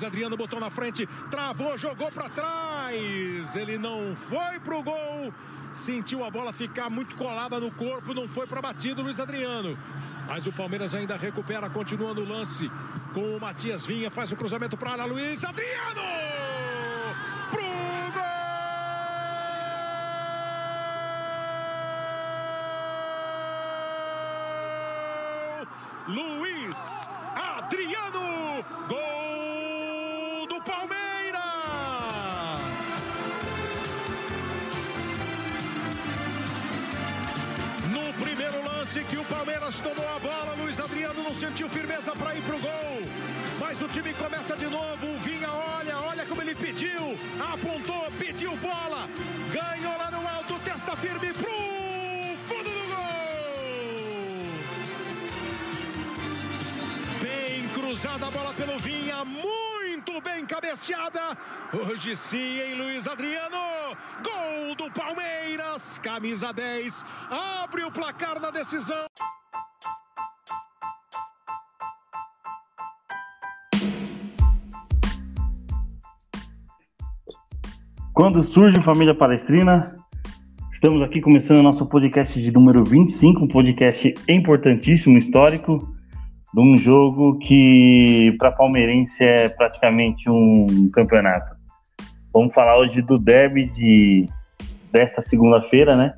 Adriano botou na frente, travou, jogou para trás, ele não foi pro gol, sentiu a bola ficar muito colada no corpo, não foi para batido Luiz Adriano, mas o Palmeiras ainda recupera, continua no lance com o Matias Vinha, faz o cruzamento para área, Luiz Adriano pro gol, Luiz Adriano, gol do Palmeiras! No primeiro lance que o Palmeiras tomou a bola, Luiz Adriano não sentiu firmeza para ir pro gol, mas o time começa de novo, o Vinha olha como ele pediu, apontou, pediu bola, ganhou lá no alto, testa firme pro fundo do gol! Bem cruzada a bola pelo Vinha, muito bem cabeceada, hoje sim, hein, Luiz Adriano, gol do Palmeiras, camisa 10, abre o placar na decisão. Quando surge Família Palestrina, estamos aqui começando nosso podcast de número 25, um podcast importantíssimo, histórico, de um jogo que para palmeirense é praticamente um campeonato. Vamos falar hoje do derby desta segunda-feira, né?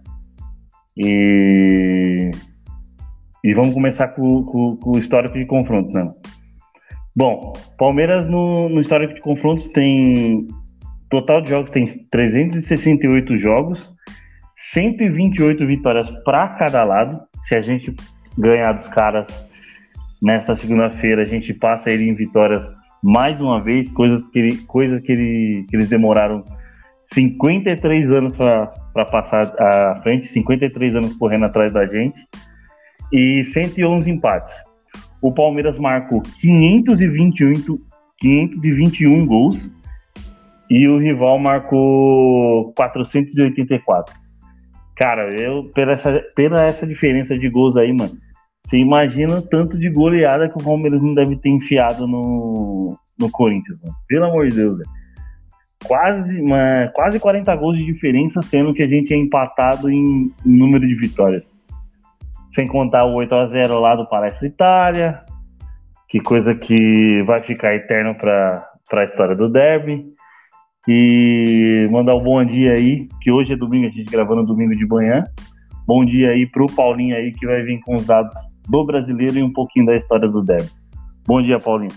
E vamos começar com o histórico de confrontos, né? Bom, Palmeiras no histórico de confrontos tem... Total de jogos tem 368 jogos, 128 vitórias para cada lado. Se a gente ganhar dos caras nesta segunda-feira, a gente passa ele em vitórias mais uma vez, coisa que eles demoraram 53 anos para passar à frente, 53 anos correndo atrás da gente, e 111 empates. O Palmeiras marcou 521 gols, e o rival marcou 484. Cara, pela essa diferença de gols aí, mano, você imagina o tanto de goleada que o Palmeiras não deve ter enfiado no Corinthians, mano. Pelo amor de Deus, velho. Quase 40 gols de diferença, sendo que a gente é empatado em número de vitórias. Sem contar o 8-0 lá do Palestra Itália, que coisa que vai ficar eterno para a história do derby. E mandar um bom dia aí, que hoje é domingo, a gente gravando domingo de manhã. Bom dia aí pro Paulinho aí, que vai vir com os dados do brasileiro e um pouquinho da história do derby. Bom dia, Paulinho.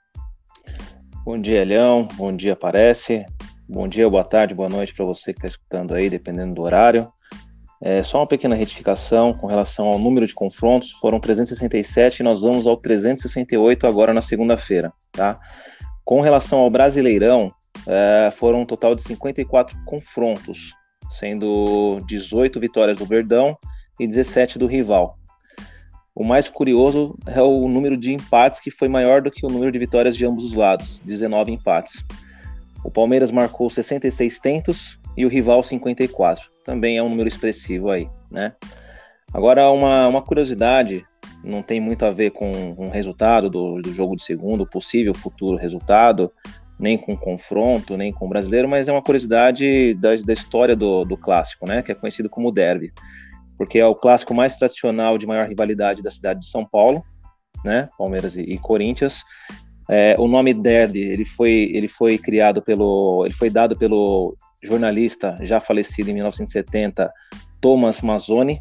Bom dia, Leão. Bom dia, Parece. Bom dia, boa tarde, boa noite para você que está escutando aí, dependendo do horário. Só uma pequena retificação com relação ao número de confrontos. Foram 367 e nós vamos ao 368 agora na segunda-feira, tá? Com relação ao Brasileirão, foram um total de 54 confrontos, sendo 18 vitórias do Verdão e 17 do rival. O mais curioso é o número de empates, que foi maior do que o número de vitórias de ambos os lados, 19 empates. O Palmeiras marcou 66 tentos e o rival 54. Também é um número expressivo aí, né? Agora, uma curiosidade, não tem muito a ver com o resultado do jogo de segundo, possível futuro resultado, nem com confronto, nem com o brasileiro, mas é uma curiosidade da história do clássico, né, que é conhecido como derby, porque é o clássico mais tradicional de maior rivalidade da cidade de São Paulo, né, Palmeiras e Corinthians. O nome derby, ele foi dado pelo jornalista já falecido em 1970, Thomas Mazzoni,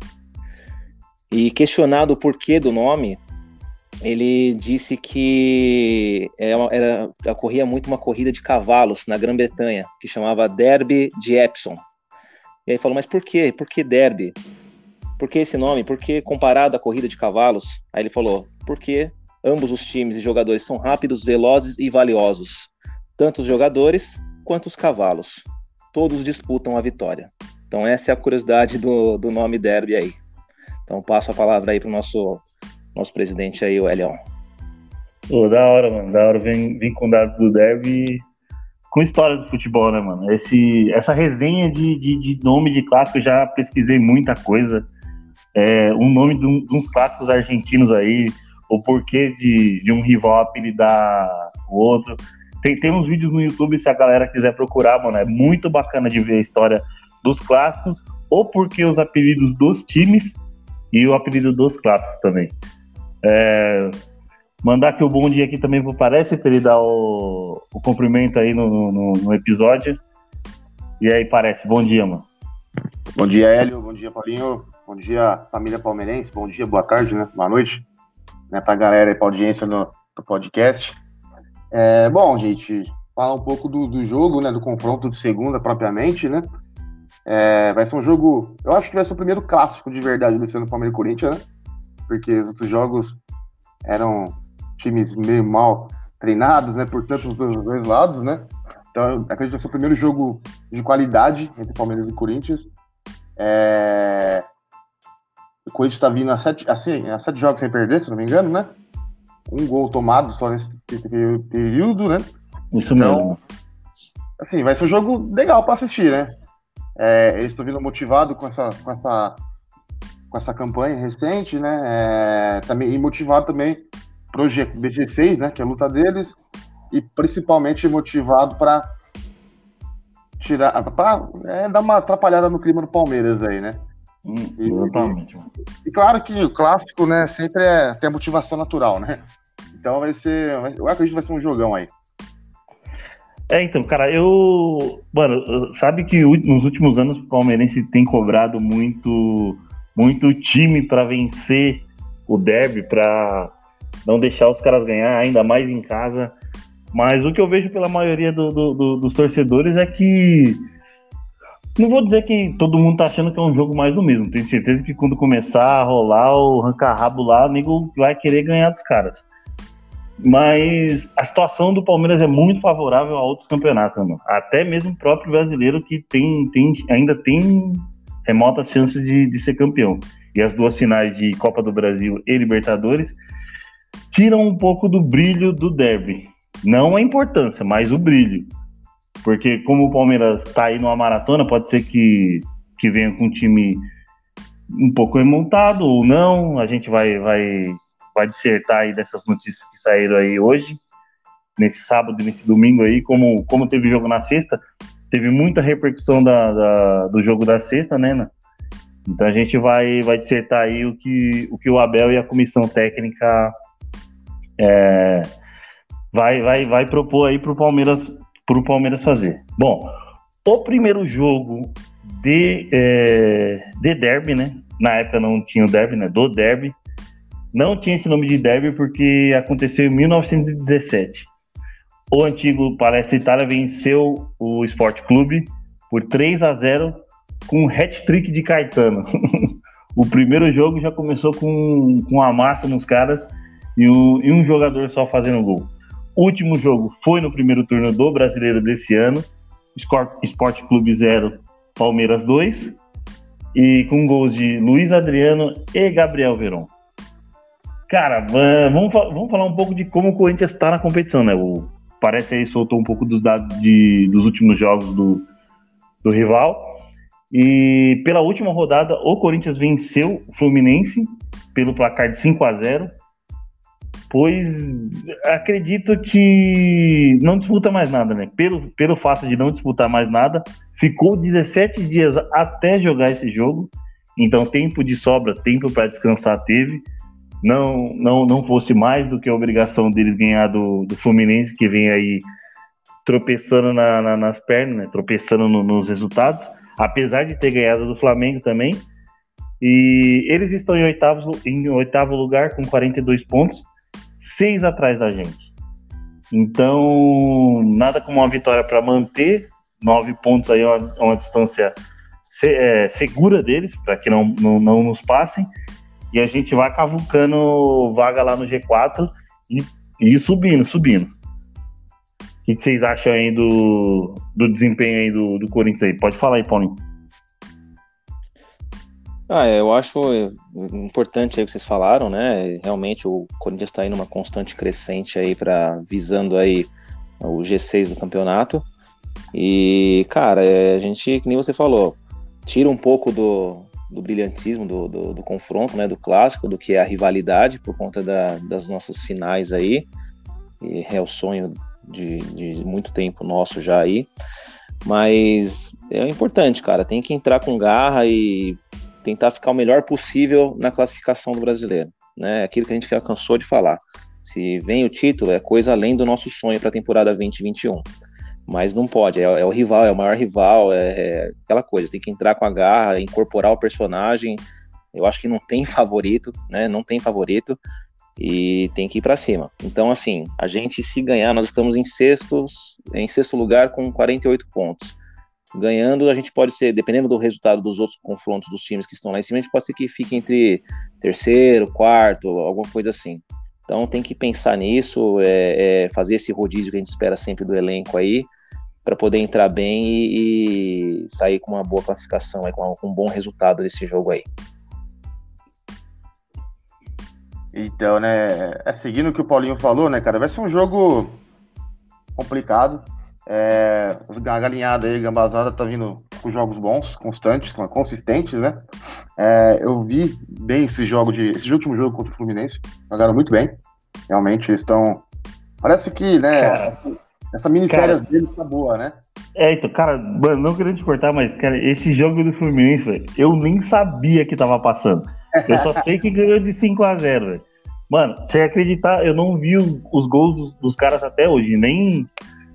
e questionado o porquê do nome, ele disse que ocorria muito uma corrida de cavalos na Grã-Bretanha, que chamava Derby de Epsom. E aí falou, mas por quê? Por que Derby? Por que esse nome? Por que comparado à corrida de cavalos? Aí ele falou, porque ambos os times e jogadores são rápidos, velozes e valiosos. Tanto os jogadores quanto os cavalos. Todos disputam a vitória. Então essa é a curiosidade do nome Derby aí. Então passo a palavra aí para o nosso presidente aí, o Elion. Da hora, mano. Da hora vir com dados do derby com histórias do futebol, né, mano? Essa resenha de nome de clássico, eu já pesquisei muita coisa. Um nome de uns clássicos argentinos aí, o porquê de um rival apelidar o outro. Tem uns vídeos no YouTube, se a galera quiser procurar, mano, é muito bacana de ver a história dos clássicos, ou porque os apelidos dos times e o apelido dos clássicos também. Mandar aqui o bom dia aqui também pro Parece, para ele dar o cumprimento aí no episódio. E aí, Parece, bom dia, mano. Bom dia, Hélio, bom dia, Paulinho, bom dia, família palmeirense, bom dia, boa tarde, né, boa noite, né, pra galera e pra audiência do podcast. Bom, gente, falar um pouco do jogo, né, do confronto de segunda propriamente, né, vai ser um jogo, eu acho que vai ser o primeiro clássico de verdade desse ano Palmeiras e Corinthians, né, porque os outros jogos eram times meio mal treinados, né, por tanto dos dois lados, né, então eu acredito que vai ser o primeiro jogo de qualidade entre Palmeiras e Corinthians. O Corinthians tá vindo a 7 jogos sem perder, se não me engano, né, um gol tomado só nesse período, né, Isso então, mesmo. Assim, vai ser um jogo legal para assistir, né, eles estão vindo motivados com essa campanha recente, né, também, e motivado também pro BG6, né, que é a luta deles, e principalmente motivado para dar uma atrapalhada no clima do Palmeiras aí, né. Exatamente. E claro que o clássico, né, sempre tem a motivação natural, né. Então eu acredito que vai ser um jogão aí. Então, cara, mano, sabe que nos últimos anos o palmeirense tem cobrado muito time para vencer o derby, para não deixar os caras ganhar, ainda mais em casa. Mas o que eu vejo pela maioria dos torcedores é que, não vou dizer que todo mundo tá achando que é um jogo mais do mesmo. Tenho certeza que quando começar a rolar o arranca-rabo lá, o nego vai querer ganhar dos caras. Mas a situação do Palmeiras é muito favorável a outros campeonatos, mano. Até mesmo o próprio brasileiro, que ainda tem remotas chances de ser campeão. E as duas finais de Copa do Brasil e Libertadores tiram um pouco do brilho do derby. Não a importância, mas o brilho. Porque como o Palmeiras tá aí numa maratona, pode ser que venha com um time um pouco remontado ou não. A gente vai dissertar aí dessas notícias que saíram aí hoje, nesse sábado e nesse domingo aí, como teve jogo na sexta, teve muita repercussão do jogo da sexta, né? Então a gente vai dissertar aí o que o Abel e a comissão técnica vai propor aí pro Palmeiras fazer. Bom, o primeiro jogo de derby, né? Na época não tinha o derby, né? Do derby. Não tinha esse nome de derby porque aconteceu em 1917. O antigo Palestra Itália venceu o Sport Clube por 3-0 com um hat-trick de Caetano. O primeiro jogo já começou com a massa nos caras e um jogador só fazendo gol. O último jogo foi no primeiro turno do Brasileiro desse ano. Sport Clube 0, Palmeiras 2. E com gols de Luiz Adriano e Gabriel Veron. Cara, vamos falar um pouco de como o Corinthians está na competição, né? Parece aí soltou um pouco dos dados dos últimos jogos do rival. E pela última rodada, o Corinthians venceu o Fluminense pelo placar de 5-0. Pois acredito que não disputa mais nada, né? Pelo fato de não disputar mais nada, ficou 17 dias até jogar esse jogo. Então, tempo de sobra, tempo para descansar teve. Não fosse mais do que a obrigação deles ganhar do Fluminense, que vem aí tropeçando nas pernas, né? Tropeçando nos resultados, apesar de ter ganhado do Flamengo também. E eles estão em oitavo lugar com 42 pontos, 6 atrás da gente. Então, nada como uma vitória para manter 9 pontos aí, uma distância segura deles, para que não nos passem. E a gente vai cavucando vaga lá no G4 e subindo. O que vocês acham aí do desempenho aí do Corinthians aí? Pode falar aí, Paulinho. Eu acho importante aí o que vocês falaram, né? Realmente o Corinthians está aí numa constante crescente aí visando aí o G6 do campeonato. E, cara, a gente, que nem você falou, tira um pouco do brilhantismo do confronto, né, do clássico, do que é a rivalidade por conta das nossas finais aí, e é o sonho de muito tempo nosso já aí, mas é importante, cara, tem que entrar com garra e tentar ficar o melhor possível na classificação do brasileiro, né? Aquilo que a gente já cansou de falar. Se vem o título, é coisa além do nosso sonho para a temporada 2021. Mas não pode, é o rival, é o maior rival, é aquela coisa, tem que entrar com a garra, incorporar o personagem. Eu acho que não tem favorito, né? Não tem favorito e tem que ir para cima. Então, assim, a gente, se ganhar, nós estamos em sexto lugar com 48 pontos. Ganhando, a gente pode ser, dependendo do resultado dos outros confrontos dos times que estão lá em cima, a gente pode ser que fique entre terceiro, quarto, alguma coisa assim. Então tem que pensar nisso, fazer esse rodízio que a gente espera sempre do elenco aí, para poder entrar bem e sair com uma boa classificação, com um bom resultado desse jogo aí. Então, né, seguindo o que o Paulinho falou, né, cara, vai ser um jogo complicado. A galinhada aí, a gambazada, tá vindo com jogos bons, constantes, consistentes, né? Eu vi bem esse último jogo contra o Fluminense, jogaram muito bem, realmente eles estão, parece que, né, cara, essa mini férias deles tá boa, né? Então, cara, mano, não querendo te cortar, mas, cara, esse jogo do Fluminense, velho, eu nem sabia que tava passando. Eu só sei que ganhou de 5-0, velho. Mano, você acreditar, eu não vi os gols dos caras até hoje, nem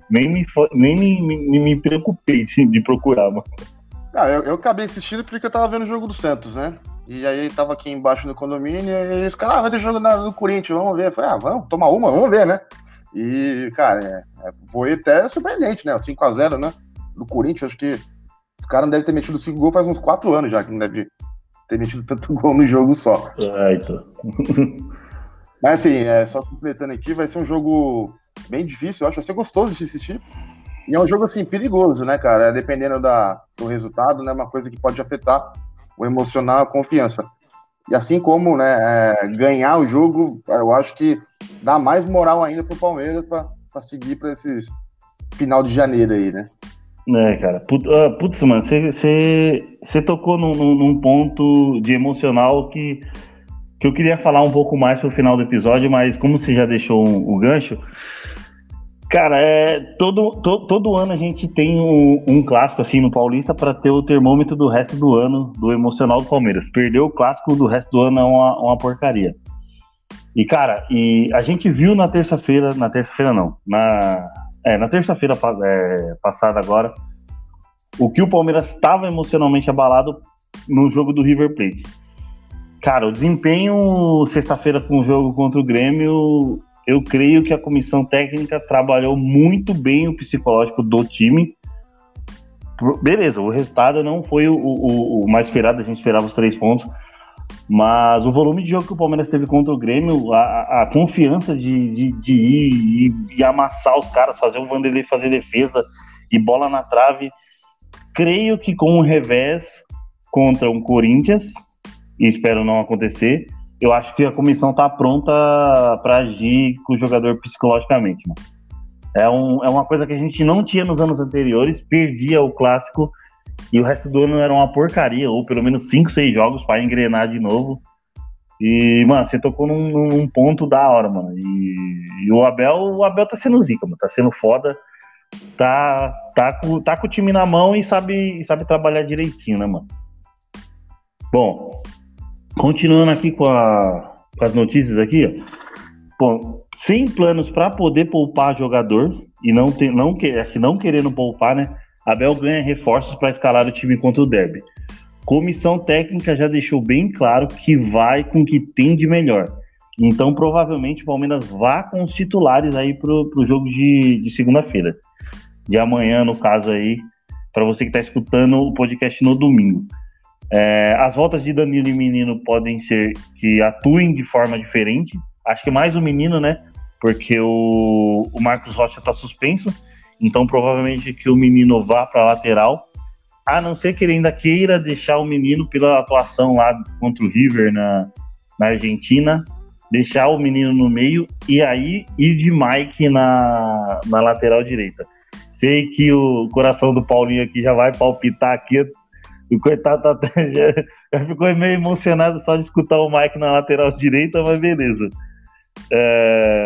me preocupei de procurar, mano. Eu acabei assistindo porque eu tava vendo o jogo do Santos, né? E aí tava aqui embaixo no condomínio e os caras, vai ter jogo do Corinthians, vamos ver. Eu falei, vamos tomar uma, vamos ver, né? E, cara, foi até surpreendente, né? O 5-0, né? Do Corinthians, acho que os caras não devem ter metido 5 gols faz uns 4 anos já, que não deve ter metido tanto gol no jogo só. Então. Mas assim, só completando aqui, vai ser um jogo bem difícil, eu acho, vai ser gostoso de assistir. E é um jogo, assim, perigoso, né, cara? Dependendo do resultado, né, uma coisa que pode afetar o emocional, a confiança. E assim como, né, ganhar o jogo, eu acho que dá mais moral ainda pro Palmeiras pra seguir pra esse final de janeiro aí, né? Cara, putz, mano, você tocou num ponto de emocional que eu queria falar um pouco mais pro final do episódio, mas como você já deixou o gancho, cara, todo ano a gente tem um clássico assim no Paulista para ter o termômetro do resto do ano do emocional do Palmeiras. Perdeu o clássico do resto do ano é uma porcaria. E, cara, a gente viu na terça-feira passada agora, o que o Palmeiras estava emocionalmente abalado no jogo do River Plate. Cara, o desempenho sexta-feira com o jogo contra o Grêmio, eu creio que a comissão técnica trabalhou muito bem o psicológico do time. Beleza, o resultado não foi o mais esperado, a gente esperava os 3 pontos, mas o volume de jogo que o Palmeiras teve contra o Grêmio, a confiança de ir e amassar os caras, fazer o Vanderlei fazer defesa e bola na trave, creio que com o revés contra um Corinthians, e espero não acontecer, eu acho que a comissão tá pronta para agir com o jogador psicologicamente, mano. É uma coisa que a gente não tinha nos anos anteriores, perdia o clássico e o resto do ano era uma porcaria, ou pelo menos 5, 6 jogos para engrenar de novo. E, mano, você tocou num ponto da hora, mano. E o Abel tá sendo zica, mano, tá sendo foda, tá com o time na mão e sabe trabalhar direitinho, né, mano? Bom, continuando aqui com as notícias aqui, ó. Bom, sem planos para poder poupar jogador e não querendo poupar, né? Abel ganha reforços para escalar o time contra o Derby. Comissão técnica já deixou bem claro que vai com o que tem de melhor. Então, provavelmente, o Palmeiras vá com os titulares aí pro jogo de segunda-feira. De amanhã, no caso aí, para você que está escutando o podcast no domingo. As voltas de Danilo e Menino podem ser que atuem de forma diferente. Acho que mais o Menino, né? Porque o Marcos Rocha está suspenso. Então, provavelmente que o Menino vá para a lateral. A não ser que ele ainda queira deixar o Menino pela atuação lá contra o River na Argentina. Deixar o Menino no meio e aí ir de Mike na lateral direita. Sei que o coração do Paulinho aqui já vai palpitar aqui. O coitado já ficou meio emocionado só de escutar o Mike na lateral direita, mas beleza.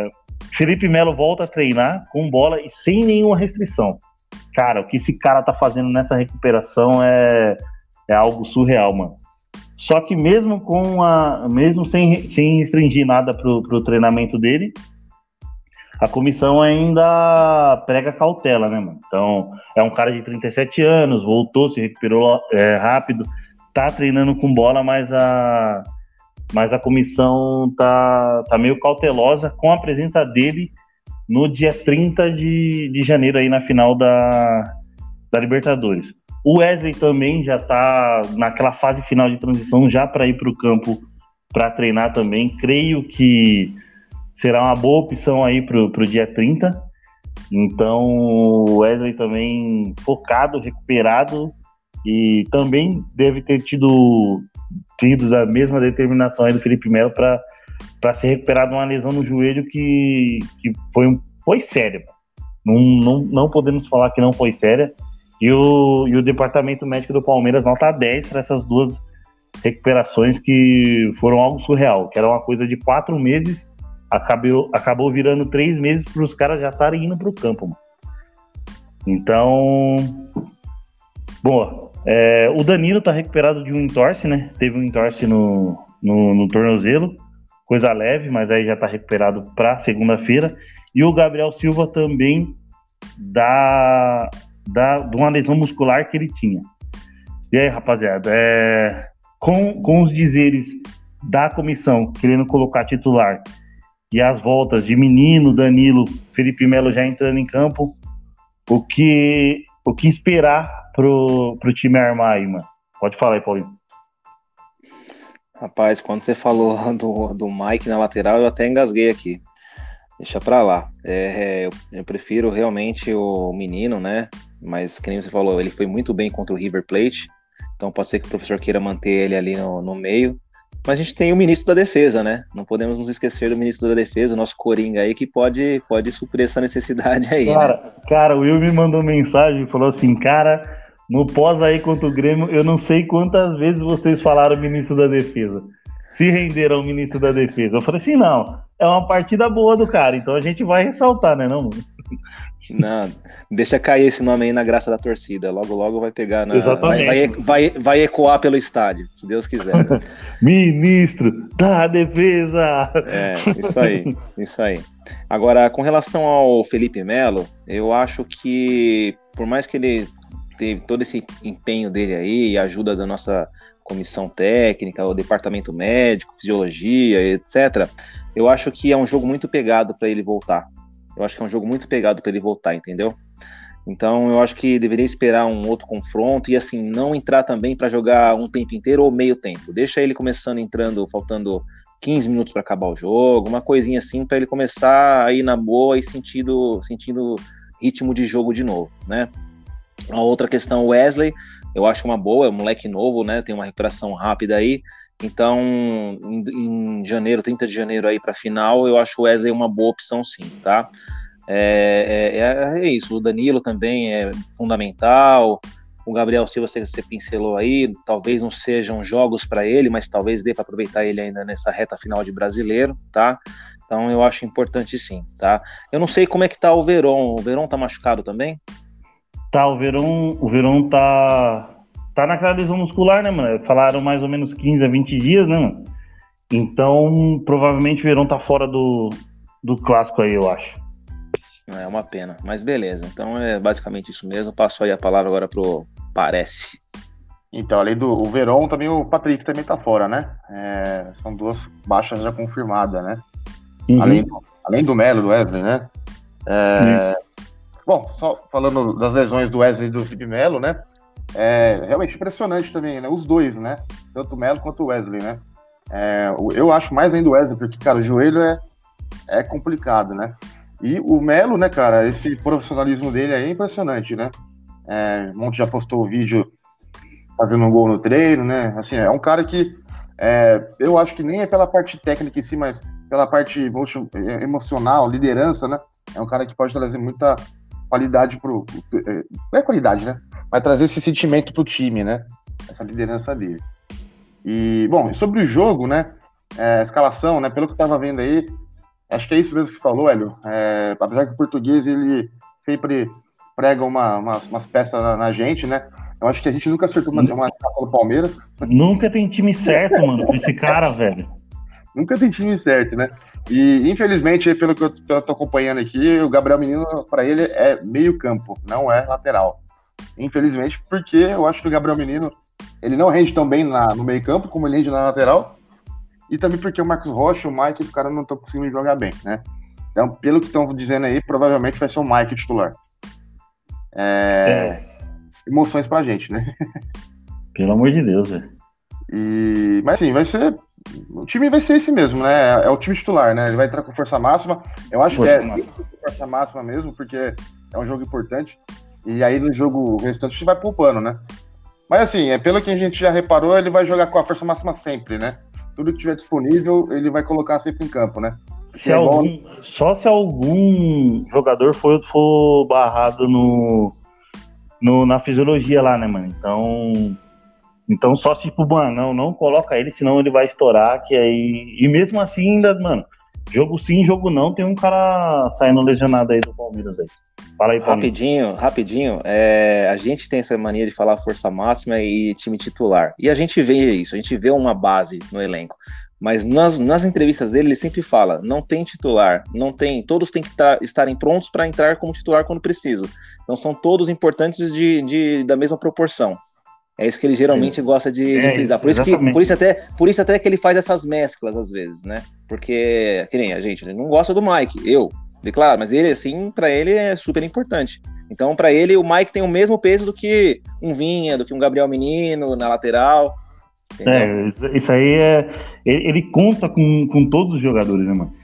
Felipe Melo volta a treinar com bola e sem nenhuma restrição. Cara, o que esse cara tá fazendo nessa recuperação é algo surreal, mano. Só que mesmo sem restringir nada pro treinamento dele, a comissão ainda prega cautela, né, mano? Então, é um cara de 37 anos, voltou, se recuperou rápido, tá treinando com bola, mas a comissão tá meio cautelosa com a presença dele no dia 30 de janeiro aí na final da Libertadores. O Wesley também já tá naquela fase final de transição já para ir para o campo para treinar também. Creio que será uma boa opção aí pro dia 30. Então o Wesley também focado, recuperado e também deve ter tido a mesma determinação aí do Felipe Melo para se recuperar de uma lesão no joelho que foi séria. Não podemos falar que não foi séria. E o departamento médico do Palmeiras nota 10 para essas duas recuperações que foram algo surreal, que era uma coisa de 4 meses, acabou virando 3 meses para os caras já estarem indo para o campo, mano. Então, boa. O Danilo tá recuperado de um entorse, né? Teve um entorse no tornozelo, coisa leve, mas aí já tá recuperado para segunda-feira. E o Gabriel Silva também de uma lesão muscular que ele tinha. E aí, rapaziada, com os dizeres da comissão querendo colocar titular e as voltas de Menino, Danilo, Felipe Melo já entrando em campo, o que esperar pro time armar aí, mano? Pode falar aí, Paulinho. Rapaz, quando você falou do Mike na lateral, eu até engasguei aqui. Deixa pra lá. Eu prefiro realmente o Menino, né? Mas, como você falou, ele foi muito bem contra o River Plate. Então pode ser que o professor queira manter ele ali no meio. Mas a gente tem o ministro da defesa, né? Não podemos nos esquecer do ministro da defesa, o nosso Coringa aí, que pode suprir essa necessidade aí. Cara, o Will me mandou mensagem e falou assim, cara, no pós aí contra o Grêmio, eu não sei quantas vezes vocês falaram ministro da defesa. Se renderam ao ministro da defesa. Eu falei assim, não, é uma partida boa do cara, então a gente vai ressaltar, né, não, mano? Não, deixa cair esse nome aí na graça da torcida. Logo, logo vai pegar Exatamente. Vai ecoar pelo estádio, se Deus quiser. Ministro da defesa! Isso aí. Agora, com relação ao Felipe Melo, eu acho que, por mais que ele teve todo esse empenho dele aí, e ajuda da nossa comissão técnica, o departamento médico, fisiologia, etc., eu acho que é um jogo muito pegado para ele voltar. Entendeu? Então eu acho que deveria esperar um outro confronto e assim, não entrar também para jogar um tempo inteiro ou meio tempo. Deixa ele entrando, faltando 15 minutos para acabar o jogo, uma coisinha assim para ele começar a ir na boa e sentindo ritmo de jogo de novo, né? A outra questão, o Wesley, eu acho uma boa, é um moleque novo, né? Tem uma recuperação rápida aí. Então, em janeiro, 30 de janeiro aí para final, eu acho o Wesley uma boa opção sim, tá? É isso, o Danilo também é fundamental, o Gabriel Silva você pincelou aí, talvez não sejam jogos para ele, mas talvez dê para aproveitar ele ainda nessa reta final de brasileiro, tá? Então eu acho importante sim, tá? Eu não sei como é que tá o Veron tá machucado também? Tá, o Veron tá naquela lesão muscular, né, mano? Falaram mais ou menos 15 a 20 dias, né, mano? Então, provavelmente o Verón tá fora do clássico aí, eu acho. É uma pena, mas beleza. Então é basicamente isso mesmo. Passo aí a palavra agora pro Parece. Então, além do Verón, também o Patrick também tá fora, né? São duas baixas já confirmadas, né? Uhum. Além do Melo, do Wesley, né? Bom, só falando das lesões do Wesley e do Felipe Melo, né? Realmente impressionante também, né? Os dois, né? Tanto o Melo quanto o Wesley, né? Eu acho mais ainda o Wesley, porque, cara, o joelho é complicado, né? E o Melo, né, cara, esse profissionalismo dele é impressionante, né? O Monte já postou o vídeo fazendo um gol no treino, né? Assim, é um cara que eu acho que nem é pela parte técnica em si, mas pela parte emocional, liderança, né? É um cara que pode trazer muita qualidade não é qualidade, né? Vai trazer esse sentimento pro time, né? Essa liderança dele. E, bom, sobre o jogo, né? A escalação, né? Pelo que eu tava vendo aí, acho que é isso mesmo que você falou, Hélio. Apesar que o português, ele sempre prega umas peças na gente, né? Eu acho que a gente nunca acertou uma escalação do Palmeiras. Nunca tem time certo, mano, com esse cara, velho. Nunca tem time certo, né? E, infelizmente, pelo que eu tô acompanhando aqui, o Gabriel Menino, para ele, é meio campo, não é lateral. Infelizmente, porque eu acho que o Gabriel Menino, ele não rende tão bem no meio campo como ele rende na lateral, e também porque o Marcos Rocha e o Mike, os caras não estão conseguindo jogar bem, né? Então, pelo que estão dizendo aí, provavelmente vai ser o Mike titular. Emoções pra gente, né? Pelo amor de Deus, velho. Mas assim, o time vai ser esse mesmo, né? É o time titular, né? Ele vai entrar com força máxima. Eu acho que é força máxima mesmo, porque é um jogo importante. E aí no jogo restante a gente vai poupando, né? Mas assim, pelo que a gente já reparou, ele vai jogar com a força máxima sempre, né? Tudo que tiver disponível, ele vai colocar sempre em campo, né? Só se algum jogador for barrado na fisiologia lá, né, mano? Então só se tipo, mano, não coloca ele, senão ele vai estourar, que aí... E mesmo assim ainda, mano, jogo sim, jogo não, tem um cara saindo lesionado aí do Palmeiras aí. Fala aí, Paulinho. Rapidinho, a gente tem essa mania de falar força máxima e time titular, e a gente vê isso, a gente vê uma base no elenco, mas nas entrevistas dele, ele sempre fala, não tem titular, todos têm que estarem prontos para entrar como titular quando preciso, então são todos importantes da mesma proporção. É isso que ele geralmente gosta de utilizar. Por isso até que ele faz essas mesclas às vezes, né? Porque, que nem a gente, ele não gosta do Mike, claro, mas ele, assim, pra ele é super importante. Então, pra ele, o Mike tem o mesmo peso do que um Vinha, do que um Gabriel Menino na lateral. Entendeu? Isso aí ele conta com todos os jogadores, né, mano?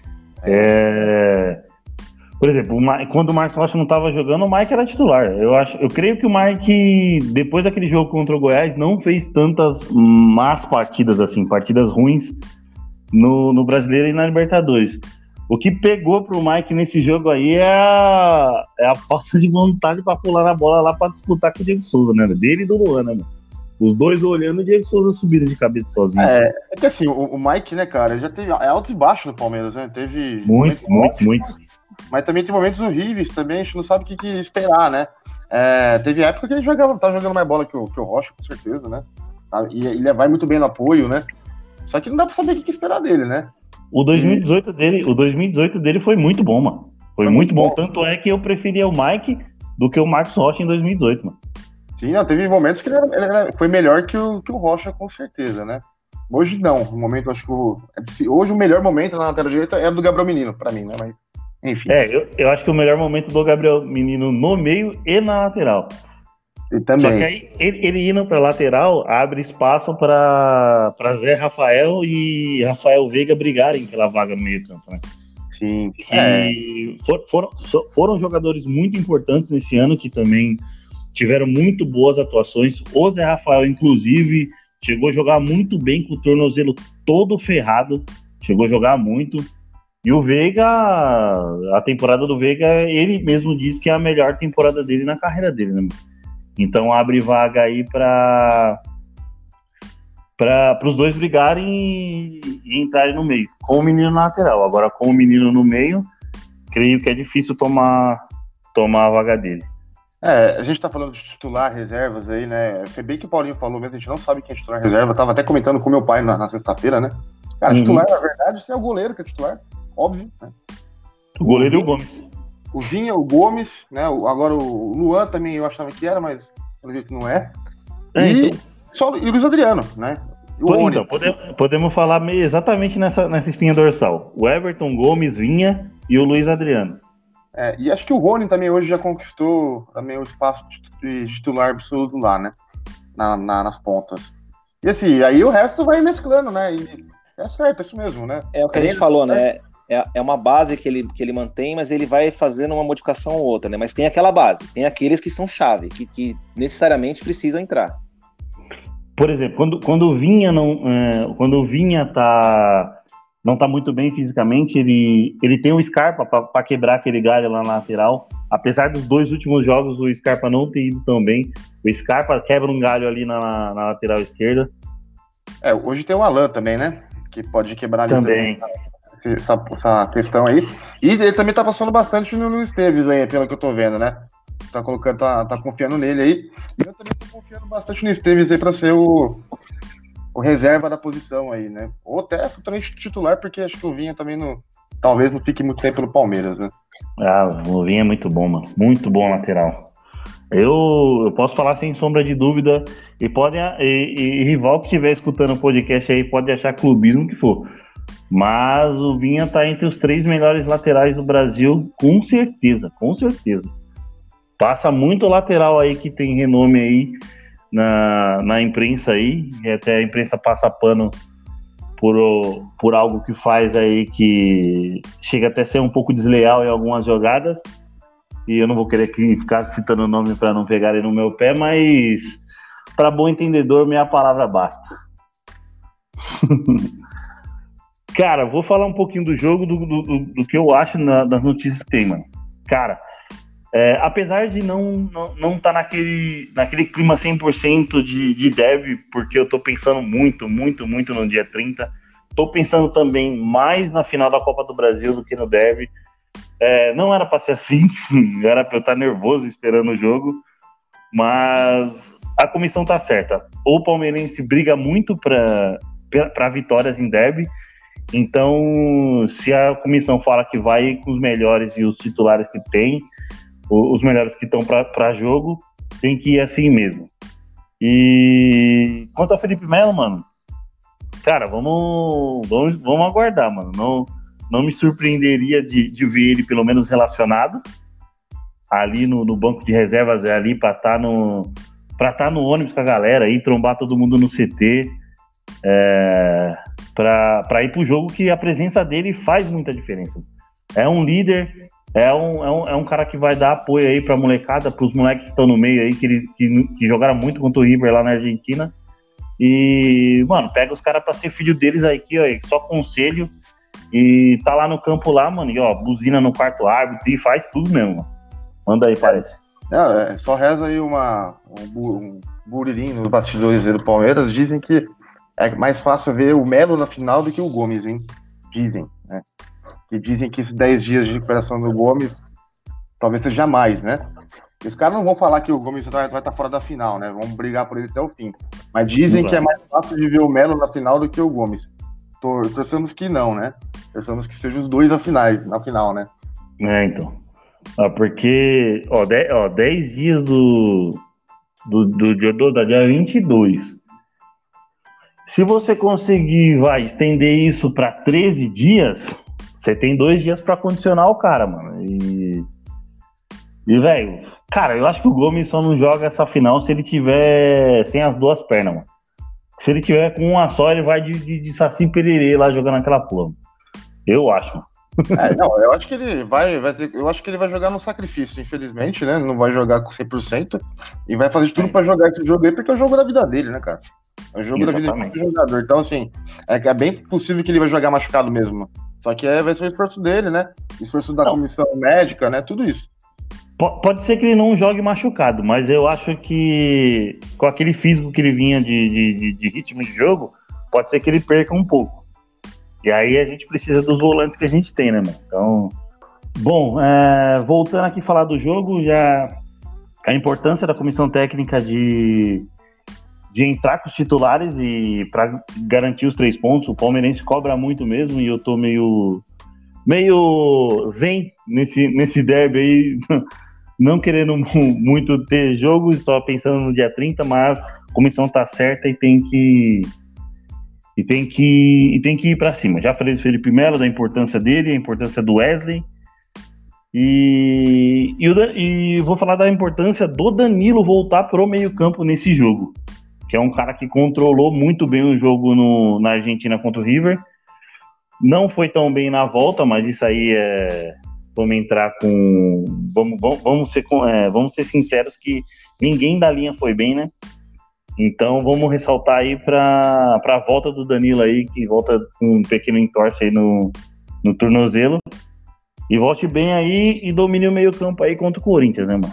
Por exemplo, quando o Marcos Rocha não estava jogando, o Mike era titular. Eu creio que o Mike, depois daquele jogo contra o Goiás, não fez tantas más partidas, assim, partidas ruins no Brasileiro e na Libertadores. O que pegou pro Mike nesse jogo aí é a falta de vontade para pular na bola lá para disputar com o Diego Souza, né? Dele e do Luan, né, mano? Os dois olhando, o Diego Souza subindo de cabeça sozinho. É que assim, o Mike, né, cara, ele já teve altos e baixos no Palmeiras, né? Teve muitos. Mas também tem momentos horríveis também, a gente não sabe o que esperar, né? Teve época que ele tava jogando mais bola que o Rocha, com certeza, né? E ele vai muito bem no apoio, né? Só que não dá pra saber o que esperar dele, né? O 2018 dele foi muito bom, mano. Foi muito bom. Tanto é que eu preferia o Mike do que o Marcos Rocha em 2018, mano. Sim, não, teve momentos que ele foi melhor que o Rocha, com certeza, né? Hoje não. No momento, acho que hoje o melhor momento na lateral direita é do Gabriel Menino, pra mim, né? Mas, enfim. Eu acho que o melhor momento do Gabriel Menino no meio e na lateral. E também. Só que aí ele indo pra lateral abre espaço pra Zé Rafael e Rafael Veiga brigarem pela vaga no meio campo, né? Sim. E foram jogadores muito importantes nesse ano que também tiveram muito boas atuações. O Zé Rafael, inclusive, chegou a jogar muito bem com o tornozelo todo ferrado. Chegou a jogar muito. E o Veiga, a temporada do Veiga, ele mesmo diz que é a melhor temporada dele na carreira dele, né? Então abre vaga aí para os dois brigarem e entrarem no meio. Com o menino na lateral. Agora, com o menino no meio, creio que é difícil tomar a vaga dele. A gente tá falando de titular, reservas aí, né? Foi bem que o Paulinho falou mesmo, a gente não sabe quem é titular reserva. Eu tava até comentando com meu pai na sexta-feira, né? Cara, titular, na verdade, é o goleiro que é titular, óbvio, né? O goleiro e o Gomes. O Vinha, o Gomes, né? Agora o Luan também eu achava que era, mas pelo jeito não é. E o Luiz Adriano, né? Então, podemos falar exatamente nessa espinha dorsal. O Everton, Gomes, Vinha e o Luiz Adriano. E acho que o Rony também hoje já conquistou também o espaço de titular absoluto lá, né? Nas pontas. E assim, aí o resto vai mesclando, né? E é certo, é isso mesmo, né? É o que a gente falou, né? É uma base que ele mantém, mas ele vai fazendo uma modificação ou outra, né? Mas tem aquela base, tem aqueles que são chave, que necessariamente precisam entrar. Por exemplo, quando o Vinha não tá muito bem fisicamente, ele tem o Scarpa para quebrar aquele galho lá na lateral. Apesar dos dois últimos jogos o Scarpa não ter ido tão bem, o Scarpa quebra um galho ali na lateral esquerda. Hoje tem o Alan também, né? Que pode quebrar ali também. essa questão aí. E ele também tá passando bastante no Luiz Esteves aí, pelo que eu tô vendo, né? Tá confiando nele aí. E eu também tô confiando bastante no Esteves aí pra ser o reserva da posição aí, né? Ou até futuramente titular, porque acho que o Vinha também talvez não fique muito tempo no Palmeiras, né? O Vinha é muito bom, mano. Muito bom lateral. Eu posso falar sem sombra de dúvida, e rival que estiver escutando o podcast aí pode achar clubismo que for, mas o Vinha tá entre os 3 melhores laterais do Brasil, com certeza. Passa muito lateral aí que tem renome aí na imprensa aí, e até a imprensa passa pano por algo que faz aí que chega até a ser um pouco desleal em algumas jogadas. E eu não vou querer ficar citando o nome para não pegarem no meu pé, mas para bom entendedor, minha palavra basta. Cara, vou falar um pouquinho do jogo, do que eu acho das notícias que tem, mano. Cara, apesar de não tá naquele clima 100% de derby, porque eu tô pensando muito no dia 30, tô pensando também mais na final da Copa do Brasil do que no derby. Não era pra ser assim, era pra eu estar nervoso esperando o jogo, mas a comissão tá certa. O palmeirense briga muito pra vitórias em derby, então se a comissão fala que vai com os melhores e os titulares que tem, os melhores que estão pra jogo, tem que ir assim mesmo. E quanto ao Felipe Melo, mano, cara, vamos aguardar, mano. Não me surpreenderia de ver ele pelo menos relacionado ali no banco de reservas, ali para estar no ônibus com a galera aí, trombar todo mundo no CT, para ir pro jogo, que a presença dele faz muita diferença. É um líder, é um cara que vai dar apoio aí pra molecada, pros moleques que estão no meio aí, que jogaram muito contra o River lá na Argentina. E, mano, pega os caras pra ser filho deles aí, só conselho. E tá lá no campo lá, mano, e buzina no quarto árbitro e faz tudo mesmo, mano. Manda aí, parece. Só reza aí um buririnho nos bastidores aí do Palmeiras. Dizem que é mais fácil ver o Melo na final do que o Gomes, hein? Dizem, né? Que dizem que esses 10 dias de recuperação do Gomes talvez seja mais, né? Os caras não vão falar que o Gomes vai estar fora da final, né? Vão brigar por ele até o fim. Mas dizem que é mais fácil de ver o Melo na final do que o Gomes. Torcemos que não, né? Torcemos que sejam os dois na final, né? Então. Porque, 10 dias da dia 22. Se você conseguir, estender isso para 13 dias, você tem 2 dias para condicionar o cara, mano. E velho, cara, eu acho que o Gomes só não joga essa final se ele tiver sem as 2 pernas, mano. Se ele tiver com uma só, ele vai de Saci Pererê lá jogando aquela porra. Eu acho. Eu acho que ele eu acho que ele vai jogar no sacrifício, infelizmente, né? Não vai jogar com 100% e vai fazer de tudo pra jogar esse jogo aí, porque é o jogo da vida dele, né, cara? É o jogo da vida do jogador. Então, assim, é bem possível que ele vai jogar machucado mesmo. Só que vai ser o esforço dele, né? Esforço da comissão médica, né? Tudo isso. Pode ser que ele não jogue machucado, mas eu acho que com aquele físico que ele vinha de ritmo de jogo, pode ser que ele perca um pouco. E aí a gente precisa dos volantes que a gente tem, né, mano? Então, bom, voltando aqui a falar do jogo, já a importância da comissão técnica de entrar com os titulares e para garantir os 3 pontos. O palmeirense cobra muito mesmo e eu tô meio zen nesse derby aí, não querendo muito ter jogo, só pensando no dia 30, mas a comissão tá certa e tem que ir para cima. Já falei do Felipe Melo, da importância dele, a importância do Wesley, e vou falar da importância do Danilo voltar pro meio campo nesse jogo, que é um cara que controlou muito bem o jogo na Argentina contra o River. Não foi tão bem na volta, mas isso aí vamos entrar com... Vamos ser sinceros que ninguém da linha foi bem, né? Então vamos ressaltar aí para a volta do Danilo aí, que volta com um pequeno entorse aí no tornozelo. E volte bem aí e domine o meio campo aí contra o Corinthians, né, mano?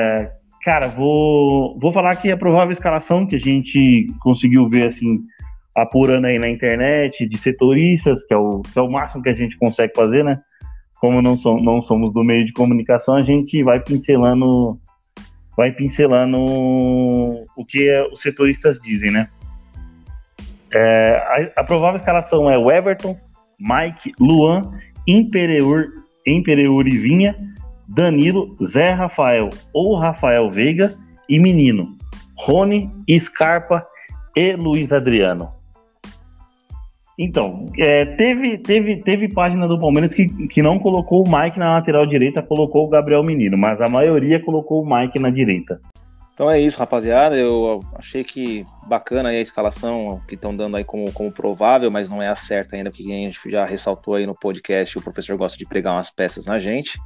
Cara, vou falar aqui a provável escalação que a gente conseguiu ver, assim, apurando aí na internet, de setoristas, que é o máximo que a gente consegue fazer, né? Como não somos do meio de comunicação, a gente vai pincelando o que os setoristas dizem, né? A provável escalação é o Everton, Mike, Luan, Imperiur e Vinha, Danilo, Zé Rafael ou Rafael Veiga e Menino, Rony, Scarpa e Luiz Adriano. Então, teve página do Palmeiras que não colocou o Mike na lateral direita, colocou o Gabriel Menino, mas a maioria colocou o Mike na direita. Então é isso, rapaziada. Eu achei que bacana aí a escalação que estão dando aí como provável, mas não é a certa ainda, porque a gente já ressaltou aí no podcast, o professor gosta de pregar umas peças na gente.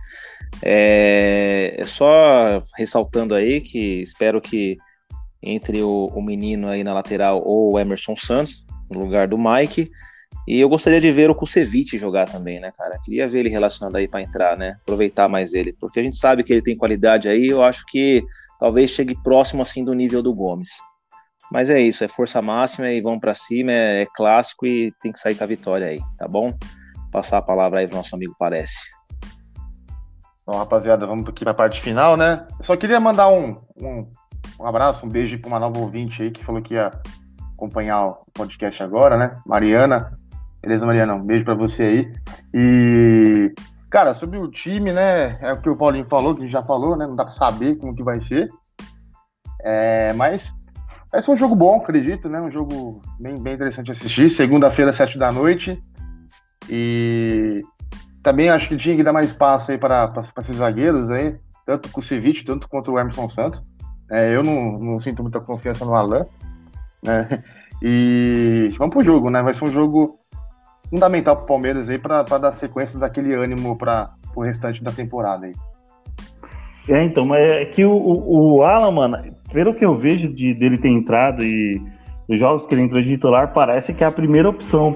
É só ressaltando aí que espero que entre o Menino aí na lateral ou o Emerson Santos no lugar do Mike. E eu gostaria de ver o Kusevich jogar também, né, cara? Queria ver ele relacionado aí para entrar, né? Aproveitar mais ele, porque a gente sabe que ele tem qualidade aí. Eu acho que talvez chegue próximo assim do nível do Gomes. Mas é isso, é força máxima e vamos para cima, é clássico e tem que sair com a vitória aí, tá bom? Passar a palavra aí pro nosso amigo Parece. Então, rapaziada, vamos aqui para a parte final, né? Eu só queria mandar um abraço, um beijo para uma nova ouvinte aí que falou que ia acompanhar o podcast agora, né? Mariana. Beleza, Mariana? Um beijo para você aí. E, cara, sobre o time, né? É o que o Paulinho falou, que a gente já falou, né? Não dá para saber como que vai ser. Mas vai ser um jogo bom, acredito, né? Um jogo bem interessante de assistir. Segunda-feira, 7h. E também acho que tinha que dar mais espaço aí para esses zagueiros aí, tanto com o Kusevich, tanto quanto o Emerson Santos. Eu não sinto muita confiança no Alan, né? E vamos pro jogo, né? Vai ser um jogo fundamental pro Palmeiras aí para dar sequência daquele ânimo para o restante da temporada aí. Então, mas é que o Alan, mano, pelo que eu vejo dele ter entrado e os jogos que ele entrou de titular, parece que é a primeira opção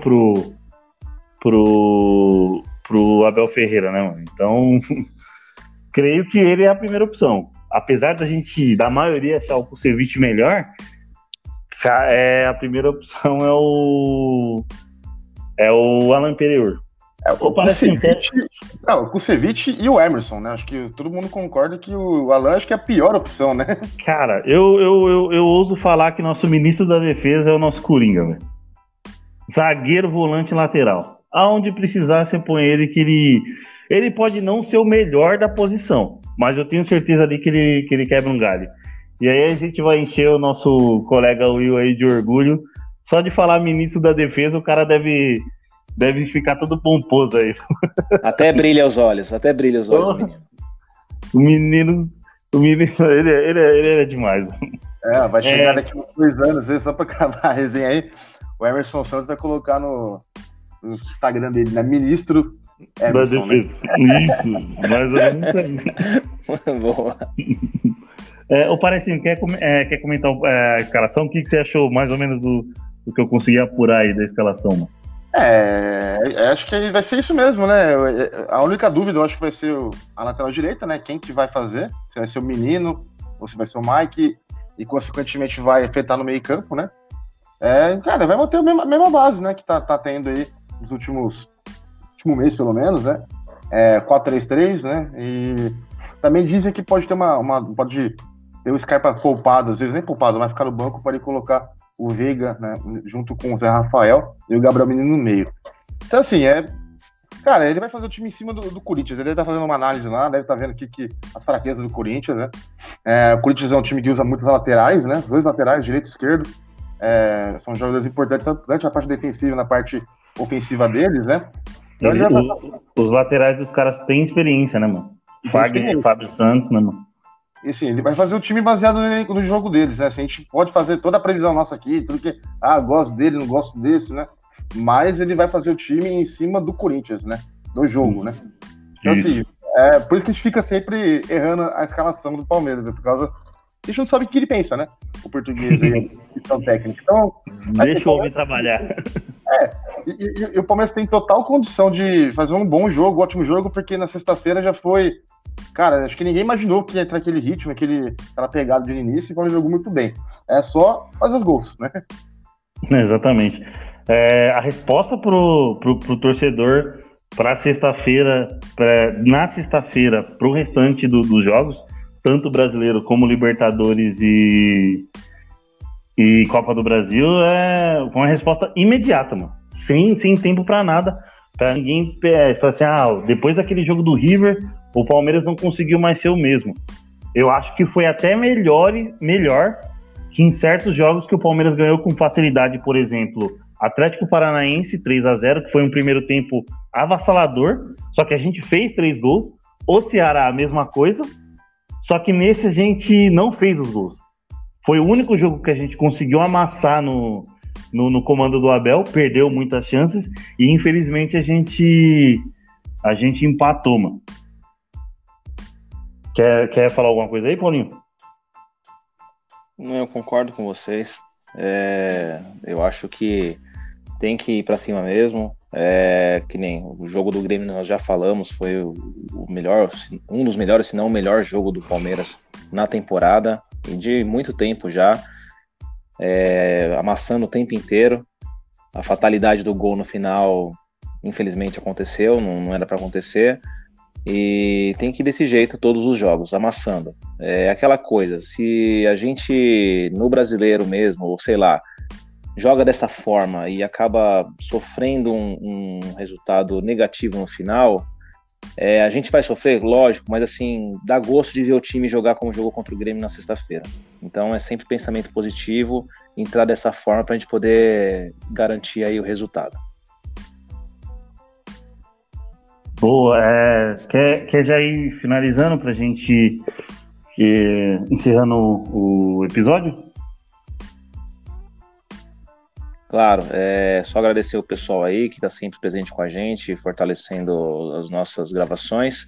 pro Abel Ferreira, né, mano? Então, creio que ele é a primeira opção. Apesar da maioria achar o Kusevich melhor, a primeira opção é o Alan Imperiur. O Kusevich e o Emerson, né? Acho que todo mundo concorda que o Alan acho que é a pior opção, né? Cara, eu ouso falar que nosso ministro da defesa é o nosso Coringa, velho. Zagueiro, volante, lateral. Aonde precisar, você põe ele, que ele pode não ser o melhor da posição, mas eu tenho certeza ali que ele quebra um galho. E aí a gente vai encher o nosso colega Will aí de orgulho. Só de falar ministro da defesa, o cara deve ficar todo pomposo aí. Até brilha os olhos, menino. O menino, ele é demais. Vai chegar daqui uns 2 anos, só pra acabar a resenha aí, o Emerson Santos vai colocar no Instagram dele, né? Ministro Emerson, da defesa. Né? Isso, mais ou menos aí. Boa. O Parecinho, quer comentar a escalação? O que você achou mais ou menos do que eu consegui apurar aí da escalação, mano? Acho que vai ser isso mesmo, né? A única dúvida eu acho que vai ser a lateral direita, né? Quem que vai fazer? Se vai ser o Menino ou se vai ser o Mike e consequentemente vai afetar no meio campo, né? Cara, vai manter a mesma base, né? Que tá tendo aí nos último mês, pelo menos, né? 4-3-3, né? E também dizem que pode ter pode ter o Scarpa poupado, às vezes nem poupado, mas ficar no banco, pode colocar o Veiga, né, junto com o Zé Rafael e o Gabriel Menino no meio. Então, assim, cara, ele vai fazer o time em cima do Corinthians. Ele deve estar fazendo uma análise lá, deve estar vendo aqui que as fraquezas do Corinthians, né? O Corinthians é um time que usa muitas laterais, né? 2 laterais, direito e esquerdo. São jogadores importantes, tanto na parte defensiva e na parte ofensiva deles, né? Então, os laterais dos caras têm experiência, né, mano? Fagner e Fábio Santos, né, mano? E assim, ele vai fazer o time baseado no jogo deles, né? Assim, a gente pode fazer toda a previsão nossa aqui, tudo que, gosto dele, não gosto desse, né? Mas ele vai fazer o time em cima do Corinthians, né? Do jogo, né? Então, assim, por isso que a gente fica sempre errando a escalação do Palmeiras, por causa que a gente não sabe o que ele pensa, né? O português aí, questão técnica. Então, deixa o homem trabalhar. E o Palmeiras tem total condição de fazer um bom jogo, um ótimo jogo, porque na sexta-feira já foi... Cara, acho que ninguém imaginou que ia entrar aquele ritmo, aquela pegada de início, e o Palmeiras jogou muito bem. É só fazer os gols, né? Exatamente. A resposta pro torcedor para sexta-feira, na sexta-feira, para o restante dos jogos, tanto brasileiro como Libertadores e Copa do Brasil, é uma resposta imediata, mano. Sem tempo para nada, para ninguém falar assim, depois daquele jogo do River, o Palmeiras não conseguiu mais ser o mesmo. Eu acho que foi até melhor que em certos jogos que o Palmeiras ganhou com facilidade, por exemplo, Atlético Paranaense 3-0, que foi um primeiro tempo avassalador, só que a gente fez 3 gols. O Ceará, a mesma coisa, só que nesse a gente não fez os gols. Foi o único jogo que a gente conseguiu amassar no comando do Abel, perdeu muitas chances e infelizmente a gente empatou, mano. Quer falar alguma coisa aí, Paulinho? Não, eu concordo com vocês. Eu acho que tem que ir para cima mesmo. Que nem o jogo do Grêmio, nós já falamos, foi o melhor, um dos melhores, se não o melhor jogo do Palmeiras na temporada e de muito tempo já, amassando o tempo inteiro. A fatalidade do gol no final, infelizmente, aconteceu, não era para acontecer. E tem que ir desse jeito todos os jogos, amassando. É aquela coisa, se a gente no brasileiro mesmo, ou sei lá, joga dessa forma e acaba sofrendo um resultado negativo no final, a gente vai sofrer, lógico, mas assim, dá gosto de ver o time jogar como jogou contra o Grêmio na sexta-feira. Então é sempre pensamento positivo, entrar dessa forma para a gente poder garantir aí o resultado. Boa, quer já ir finalizando pra gente encerrando o episódio? Claro, só agradecer o pessoal aí que está sempre presente com a gente, fortalecendo as nossas gravações.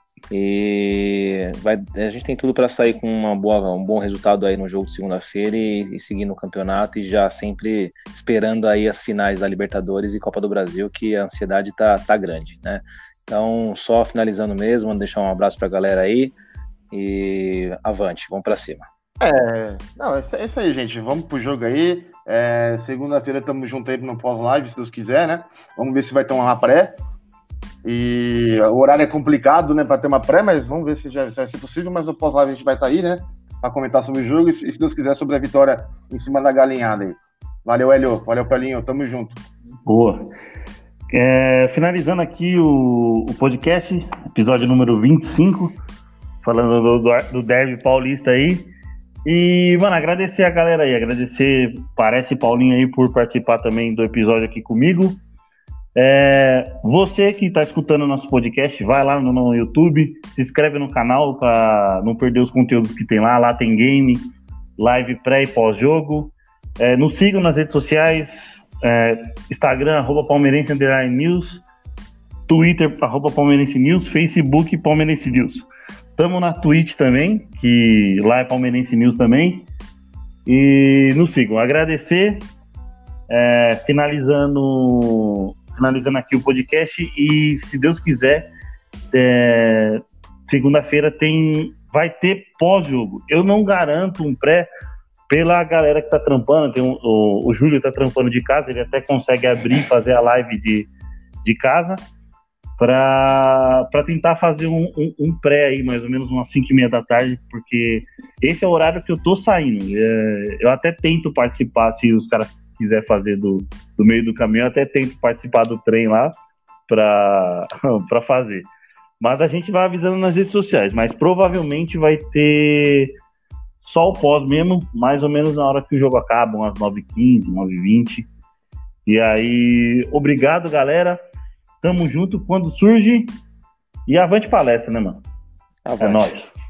E a gente tem tudo para sair com um bom resultado aí no jogo de segunda-feira e seguir no campeonato e já sempre esperando aí as finais da Libertadores e Copa do Brasil, que a ansiedade tá grande, né? Então, só finalizando mesmo, deixar um abraço pra galera aí e avante, vamos pra cima. É isso aí, gente. Vamos pro jogo aí. Segunda-feira tamo junto aí no pós-live, se Deus quiser, né? Vamos ver se vai ter uma pré. E o horário é complicado, né, pra ter uma pré, mas vamos ver se já vai ser possível. Mas no pós-live a gente vai estar aí, né? Pra comentar sobre o jogo e, se Deus quiser, sobre a vitória em cima da galinhada aí. Valeu, Hélio. Valeu, Pelinho. Tamo junto. Boa. Finalizando aqui o podcast, episódio número 25, falando do derby paulista aí. E, mano, agradecer a galera aí, parece Paulinho aí por participar também do episódio aqui comigo. Você que tá escutando o nosso podcast, vai lá no YouTube, se inscreve no canal para não perder os conteúdos que tem lá. Lá tem game, live pré e pós-jogo. Nos sigam nas redes sociais. Instagram, @palmeirense_news, Twitter, @palmeirense_news, Facebook, Palmeirense News. Tamo na Twitch também, que lá é Palmeirense News também. E nos sigam. Agradecer, finalizando aqui o podcast e, se Deus quiser, segunda-feira vai ter pós-jogo. Eu não garanto um pré, pela galera que tá trampando, o Júlio tá trampando de casa, ele até consegue abrir e fazer a live de casa, para tentar fazer um pré aí, mais ou menos umas 5h30 da tarde, porque esse é o horário que eu tô saindo. Eu até tento participar, se os caras quiserem fazer do meio do caminho, eu até tento participar do trem lá para fazer. Mas a gente vai avisando nas redes sociais, mas provavelmente vai ter só o pós mesmo, mais ou menos na hora que o jogo acaba, umas 9h15, 9h20. E aí, obrigado, galera. Tamo junto quando surge. E avante palestra, né, mano? Avante. É nóis.